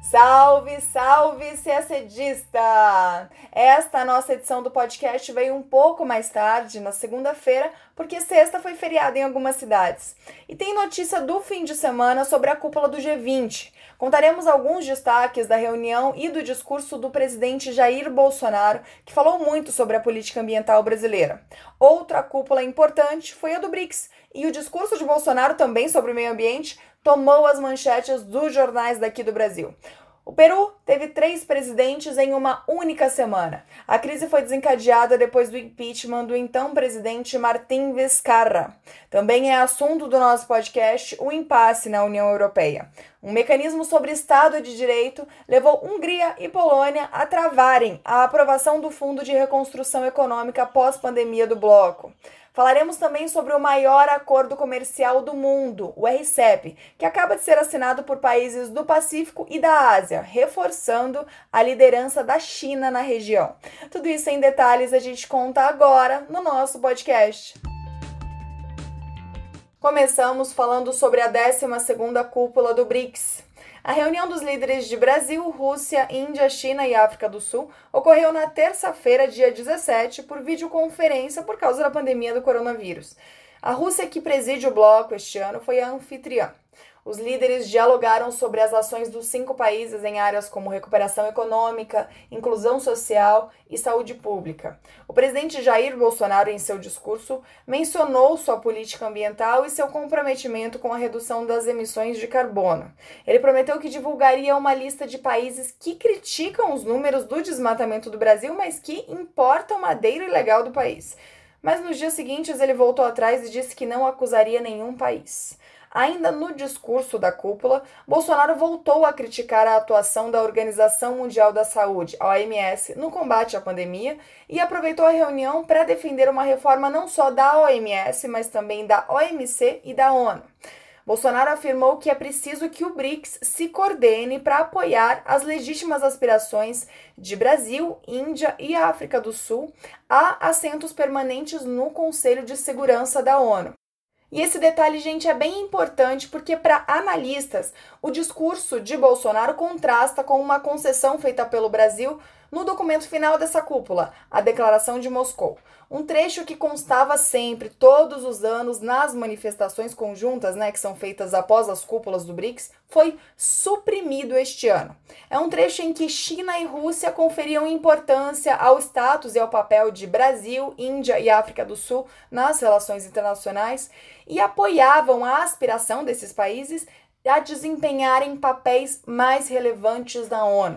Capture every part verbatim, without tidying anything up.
Salve, salve, CACDista! Esta nossa edição do podcast veio um pouco mais tarde, na segunda-feira, porque sexta foi feriado em algumas cidades. E tem notícia do fim de semana sobre a cúpula do G vinte. Contaremos alguns destaques da reunião e do discurso do presidente Jair Bolsonaro, que falou muito sobre a política ambiental brasileira. Outra cúpula importante foi a do BRICS, e o discurso de Bolsonaro, também sobre o meio ambiente, tomou as manchetes dos jornais daqui do Brasil. O Peru teve três presidentes em uma única semana. A crise foi desencadeada depois do impeachment do então presidente Martín Vizcarra. Também é assunto do nosso podcast o impasse na União Europeia. Um mecanismo sobre Estado de Direito levou Hungria e Polônia a travarem a aprovação do Fundo de Reconstrução Econômica pós-pandemia do bloco. Falaremos também sobre o maior acordo comercial do mundo, o R C E P, que acaba de ser assinado por países do Pacífico e da Ásia, reforçando a liderança da China na região. Tudo isso em detalhes a gente conta agora no nosso podcast. Começamos falando sobre a décima segunda cúpula do BRICS. A reunião dos líderes de Brasil, Rússia, Índia, China e África do Sul ocorreu na terça-feira, dia dezessete, por videoconferência por causa da pandemia do coronavírus. A Rússia, que preside o bloco este ano, foi a anfitriã. Os líderes dialogaram sobre as ações dos cinco países em áreas como recuperação econômica, inclusão social e saúde pública. O presidente Jair Bolsonaro, em seu discurso, mencionou sua política ambiental e seu comprometimento com a redução das emissões de carbono. Ele prometeu que divulgaria uma lista de países que criticam os números do desmatamento do Brasil, mas que importam madeira ilegal do país. Mas nos dias seguintes ele voltou atrás e disse que não acusaria nenhum país. Ainda no discurso da cúpula, Bolsonaro voltou a criticar a atuação da Organização Mundial da Saúde, a O M S, no combate à pandemia e aproveitou a reunião para defender uma reforma não só da O M S, mas também da O M C e da ONU. Bolsonaro afirmou que é preciso que o BRICS se coordene para apoiar as legítimas aspirações de Brasil, Índia e África do Sul a assentos permanentes no Conselho de Segurança da ONU. E esse detalhe, gente, é bem importante porque, para analistas, o discurso de Bolsonaro contrasta com uma concessão feita pelo Brasil no documento final dessa cúpula, a Declaração de Moscou. Um trecho que constava sempre, todos os anos, nas manifestações conjuntas, né, que são feitas após as cúpulas do BRICS, foi suprimido este ano. É um trecho em que China e Rússia conferiam importância ao status e ao papel de Brasil, Índia e África do Sul nas relações internacionais e apoiavam a aspiração desses países a desempenharem papéis mais relevantes na ONU.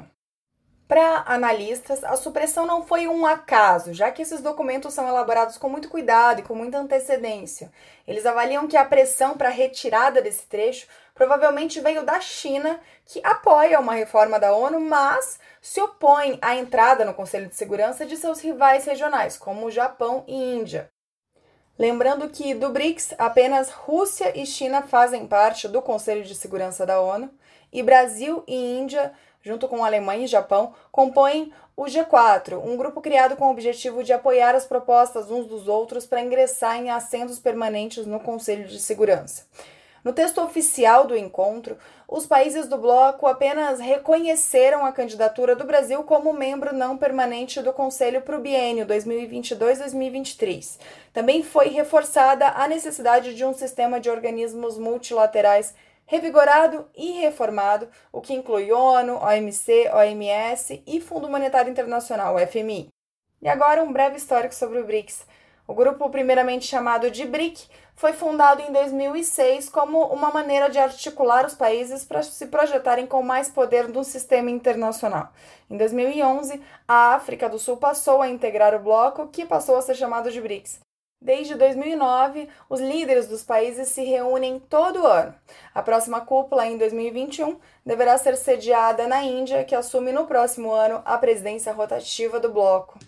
Para analistas, a supressão não foi um acaso, já que esses documentos são elaborados com muito cuidado e com muita antecedência. Eles avaliam que a pressão para a retirada desse trecho provavelmente veio da China, que apoia uma reforma da ONU, mas se opõe à entrada no Conselho de Segurança de seus rivais regionais, como o Japão e Índia. Lembrando que do BRICS, apenas Rússia e China fazem parte do Conselho de Segurança da ONU, e Brasil e Índia, junto com Alemanha e Japão, compõem o G quatro, um grupo criado com o objetivo de apoiar as propostas uns dos outros para ingressar em assentos permanentes no Conselho de Segurança. No texto oficial do encontro, os países do bloco apenas reconheceram a candidatura do Brasil como membro não permanente do Conselho para o biênio dois mil e vinte e dois a dois mil e vinte e três. Também foi reforçada a necessidade de um sistema de organismos multilaterais revigorado e reformado, o que inclui ONU, O M C, O M S e Fundo Monetário Internacional, o F M I. E agora um breve histórico sobre o BRICS. O grupo, primeiramente chamado de BRIC, foi fundado em dois mil e seis como uma maneira de articular os países para se projetarem com mais poder no sistema internacional. Em dois mil e onze, a África do Sul passou a integrar o bloco, que passou a ser chamado de BRICS. Desde dois mil e nove, os líderes dos países se reúnem todo ano. A próxima cúpula, em dois mil e vinte e um, deverá ser sediada na Índia, que assume no próximo ano a presidência rotativa do bloco.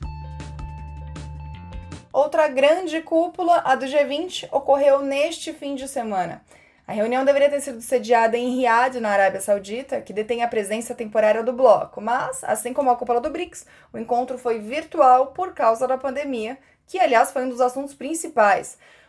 Outra grande cúpula, a do G vinte, ocorreu neste fim de semana. A reunião deveria ter sido sediada em Riad, na Arábia Saudita, que detém a presença temporária do bloco, mas, assim como a cúpula do BRICS, o encontro foi virtual por causa da pandemia, que, aliás, foi um dos assuntos principais.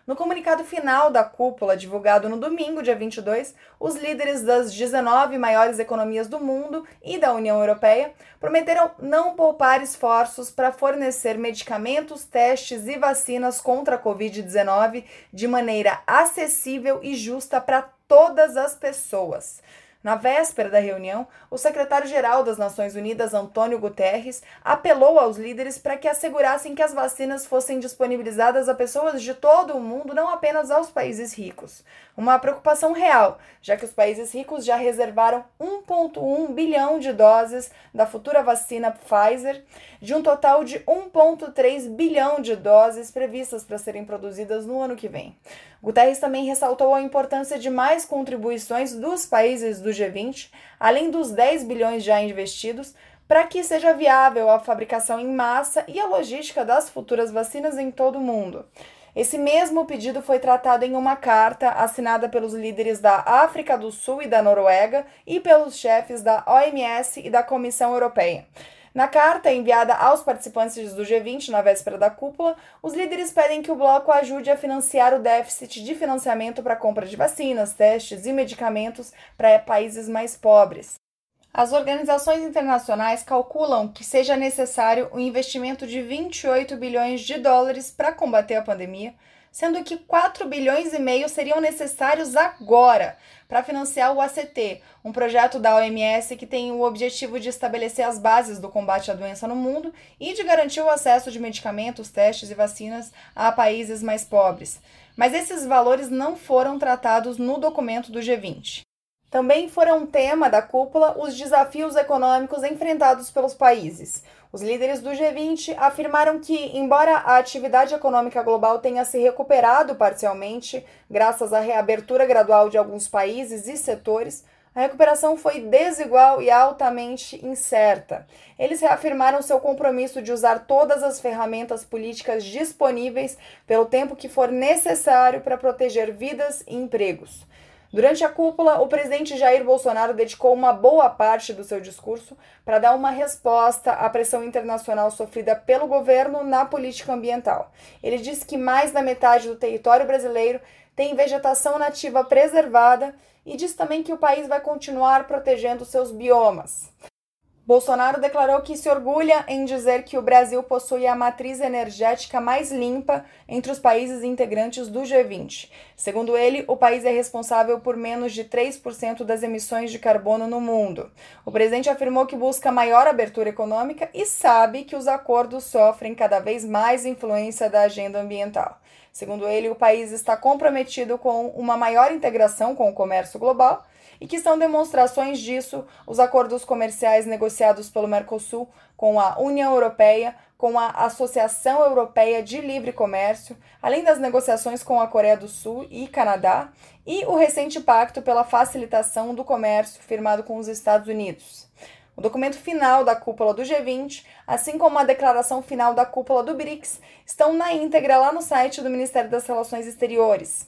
No comunicado final da cúpula, divulgado no domingo, dia vinte e dois, os líderes das dezenove maiores economias do mundo e da União Europeia prometeram não poupar esforços para fornecer medicamentos, testes e vacinas contra a covid dezenove de maneira acessível e justa para todas as pessoas. Na véspera da reunião, o secretário-geral das Nações Unidas, Antônio Guterres, apelou aos líderes para que assegurassem que as vacinas fossem disponibilizadas a pessoas de todo o mundo, não apenas aos países ricos. Uma preocupação real, já que os países ricos já reservaram um vírgula um bilhão de doses da futura vacina Pfizer, de um total de um vírgula três bilhão de doses previstas para serem produzidas no ano que vem. Guterres também ressaltou a importância de mais contribuições dos países do G vinte, além dos dez bilhões já investidos, para que seja viável a fabricação em massa e a logística das futuras vacinas em todo o mundo. Esse mesmo pedido foi tratado em uma carta assinada pelos líderes da África do Sul e da Noruega e pelos chefes da O M S e da Comissão Europeia. Na carta enviada aos participantes do G vinte na véspera da cúpula, os líderes pedem que o bloco ajude a financiar o déficit de financiamento para a compra de vacinas, testes e medicamentos para países mais pobres. As organizações internacionais calculam que seja necessário um investimento de vinte e oito bilhões de dólares para combater a pandemia, sendo que quatro bilhões e meio seriam necessários agora para financiar o A C T, um projeto da O M S que tem o objetivo de estabelecer as bases do combate à doença no mundo e de garantir o acesso de medicamentos, testes e vacinas a países mais pobres. Mas esses valores não foram tratados no documento do G vinte. Também foram tema da cúpula os desafios econômicos enfrentados pelos países. Os líderes do G vinte afirmaram que, embora a atividade econômica global tenha se recuperado parcialmente, graças à reabertura gradual de alguns países e setores, a recuperação foi desigual e altamente incerta. Eles reafirmaram seu compromisso de usar todas as ferramentas políticas disponíveis pelo tempo que for necessário para proteger vidas e empregos. Durante a cúpula, o presidente Jair Bolsonaro dedicou uma boa parte do seu discurso para dar uma resposta à pressão internacional sofrida pelo governo na política ambiental. Ele disse que mais da metade do território brasileiro tem vegetação nativa preservada e disse também que o país vai continuar protegendo seus biomas. Bolsonaro declarou que se orgulha em dizer que o Brasil possui a matriz energética mais limpa entre os países integrantes do G vinte. Segundo ele, o país é responsável por menos de três por cento das emissões de carbono no mundo. O presidente afirmou que busca maior abertura econômica e sabe que os acordos sofrem cada vez mais influência da agenda ambiental. Segundo ele, o país está comprometido com uma maior integração com o comércio global, e que são demonstrações disso os acordos comerciais negociados pelo Mercosul com a União Europeia, com a Associação Europeia de Livre Comércio, além das negociações com a Coreia do Sul e Canadá, e o recente pacto pela facilitação do comércio firmado com os Estados Unidos. O documento final da cúpula do G vinte, assim como a declaração final da cúpula do BRICS, estão na íntegra lá no site do Ministério das Relações Exteriores.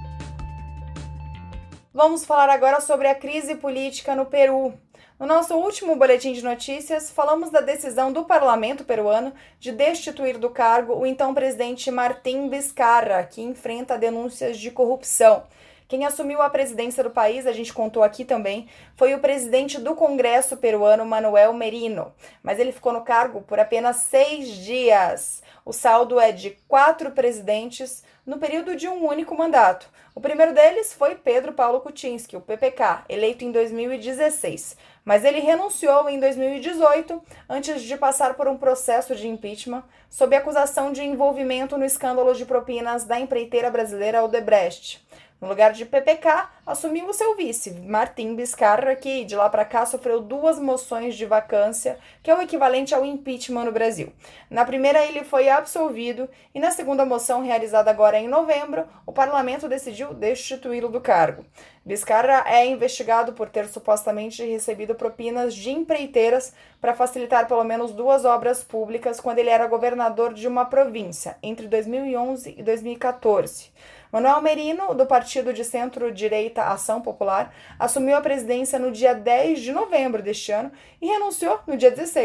Vamos falar agora sobre a crise política no Peru. No nosso último boletim de notícias, falamos da decisão do parlamento peruano de destituir do cargo o então presidente Martín Vizcarra, que enfrenta denúncias de corrupção. Quem assumiu a presidência do país, a gente contou aqui também, foi o presidente do Congresso peruano, Manuel Merino. Mas ele ficou no cargo por apenas seis dias. O saldo é de quatro presidentes no período de um único mandato. O primeiro deles foi Pedro Paulo Kuczynski, o P P K, eleito em dois mil e dezesseis. Mas ele renunciou em dois mil e dezoito, antes de passar por um processo de impeachment, sob acusação de envolvimento no escândalo de propinas da empreiteira brasileira Odebrecht. No lugar de P P K, assumiu o seu vice, Martín Vizcarra, que de lá para cá sofreu duas moções de vacância, que é o equivalente ao impeachment no Brasil. Na primeira, ele foi absolvido e na segunda moção, realizada agora em novembro, o parlamento decidiu destituí-lo do cargo. Vizcarra é investigado por ter supostamente recebido propinas de empreiteiras para facilitar pelo menos duas obras públicas quando ele era governador de uma província, entre dois mil e onze e dois mil e quatorze. Manuel Merino, do partido de centro-direita Ação Popular, assumiu a presidência no dia dez de novembro deste ano e renunciou no dia dezesseis,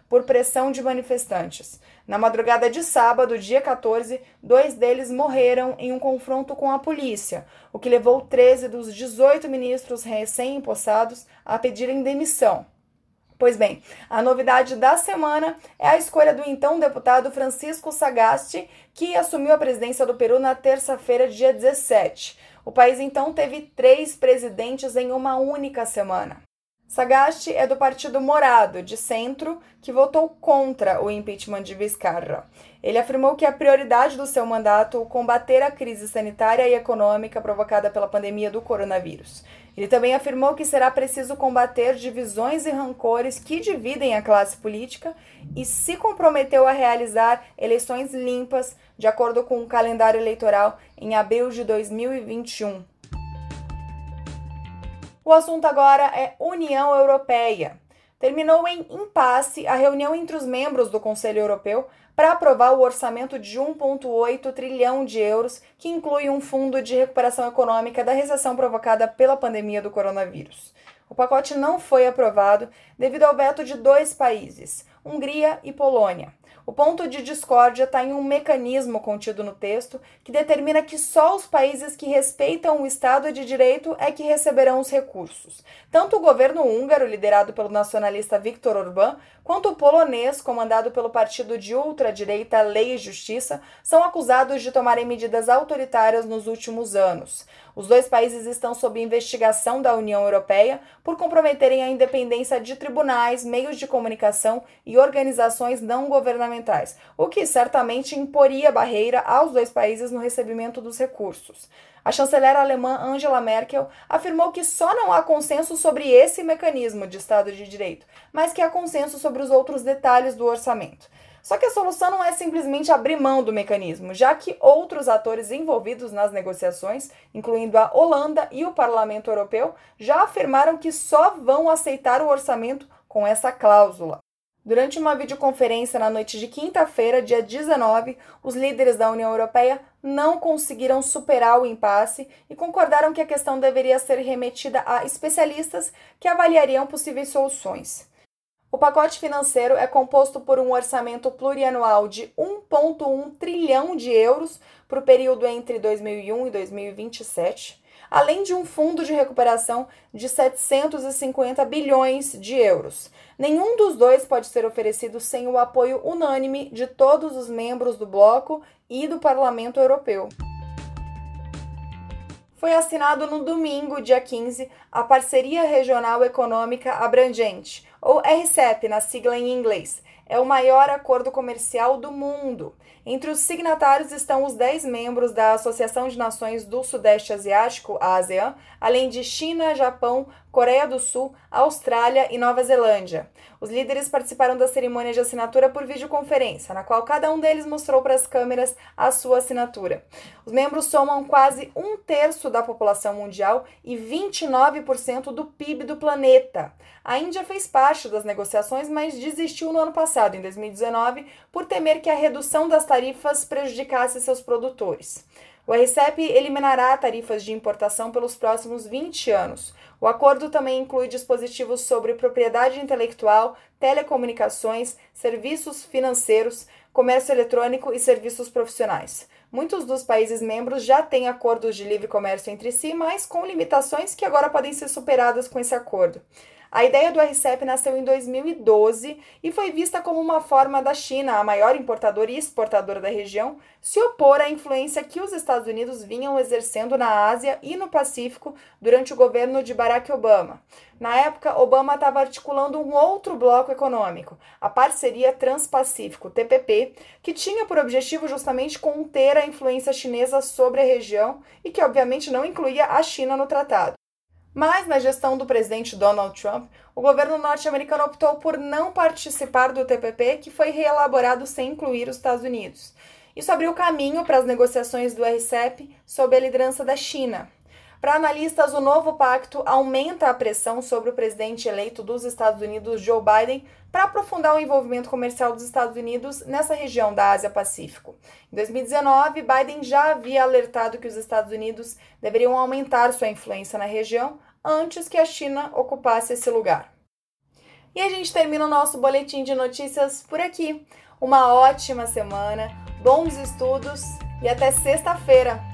por pressão de manifestantes. Na madrugada de sábado, dia quatorze, dois deles morreram em um confronto com a polícia, o que levou treze dos dezoito ministros recém-empossados a pedirem demissão. Pois bem, a novidade da semana é a escolha do então deputado Francisco Sagasti, que assumiu a presidência do Peru na terça-feira, dia dezessete. O país então teve três presidentes em uma única semana. Sagasti é do Partido Morado, de centro, que votou contra o impeachment de Vizcarra. Ele afirmou que a prioridade do seu mandato é combater a crise sanitária e econômica provocada pela pandemia do coronavírus. Ele também afirmou que será preciso combater divisões e rancores que dividem a classe política e se comprometeu a realizar eleições limpas, de acordo com o calendário eleitoral, em abril de dois mil e vinte e um. O assunto agora é União Europeia. Terminou em impasse a reunião entre os membros do Conselho Europeu para aprovar o orçamento de um vírgula oito trilhão de euros, que inclui um fundo de recuperação econômica da recessão provocada pela pandemia do coronavírus. O pacote não foi aprovado devido ao veto de dois países, Hungria e Polônia. O ponto de discórdia está em um mecanismo contido no texto que determina que só os países que respeitam o Estado de Direito é que receberão os recursos. Tanto o governo húngaro, liderado pelo nacionalista Viktor Orbán, quanto o polonês, comandado pelo partido de ultradireita Lei e Justiça, são acusados de tomarem medidas autoritárias nos últimos anos. Os dois países estão sob investigação da União Europeia por comprometerem a independência de tribunais, meios de comunicação e organizações não governamentais, o que certamente imporia barreira aos dois países no recebimento dos recursos. A chanceler alemã Angela Merkel afirmou que só não há consenso sobre esse mecanismo de Estado de Direito, mas que há consenso sobre os outros detalhes do orçamento. Só que a solução não é simplesmente abrir mão do mecanismo, já que outros atores envolvidos nas negociações, incluindo a Holanda e o Parlamento Europeu, já afirmaram que só vão aceitar o orçamento com essa cláusula. Durante uma videoconferência na noite de quinta-feira, dia dezenove, os líderes da União Europeia não conseguiram superar o impasse e concordaram que a questão deveria ser remetida a especialistas que avaliariam possíveis soluções. O pacote financeiro é composto por um orçamento plurianual de um vírgula um trilhão de euros para o período entre dois mil e um e dois mil e vinte e sete, além de um fundo de recuperação de setecentos e cinquenta bilhões de euros. Nenhum dos dois pode ser oferecido sem o apoio unânime de todos os membros do bloco e do Parlamento Europeu. Foi assinado no domingo, dia quinze, a Parceria Regional Econômica Abrangente, ou R C E P na sigla em inglês. É o maior acordo comercial do mundo. Entre os signatários estão os dez membros da Associação de Nações do Sudeste Asiático, a ASEAN, além de China, Japão, Coreia do Sul, Austrália e Nova Zelândia. Os líderes participaram da cerimônia de assinatura por videoconferência, na qual cada um deles mostrou para as câmeras a sua assinatura. Os membros somam quase um terço da população mundial e vinte e nove por cento do P I B do planeta. A Índia fez parte das negociações, mas desistiu no ano passado, em dois mil e dezenove, por temer que a redução das tarifas prejudicasse seus produtores. O R C E P eliminará tarifas de importação pelos próximos vinte anos. O acordo também inclui dispositivos sobre propriedade intelectual, telecomunicações, serviços financeiros, comércio eletrônico e serviços profissionais. Muitos dos países membros já têm acordos de livre comércio entre si, mas com limitações que agora podem ser superadas com esse acordo. A ideia do R C E P nasceu em dois mil e doze e foi vista como uma forma da China, a maior importadora e exportadora da região, se opor à influência que os Estados Unidos vinham exercendo na Ásia e no Pacífico durante o governo de Barack Obama. Na época, Obama estava articulando um outro bloco econômico, a Parceria Transpacífico, T P P, que tinha por objetivo justamente conter a influência chinesa sobre a região e que obviamente não incluía a China no tratado. Mas, na gestão do presidente Donald Trump, o governo norte-americano optou por não participar do T P P, que foi reelaborado sem incluir os Estados Unidos. Isso abriu caminho para as negociações do R C E P sob a liderança da China. Para analistas, o novo pacto aumenta a pressão sobre o presidente eleito dos Estados Unidos, Joe Biden, para aprofundar o envolvimento comercial dos Estados Unidos nessa região da Ásia-Pacífico. Em dois mil e dezenove, Biden já havia alertado que os Estados Unidos deveriam aumentar sua influência na região antes que a China ocupasse esse lugar. E a gente termina o nosso boletim de notícias por aqui. Uma ótima semana, bons estudos e até sexta-feira!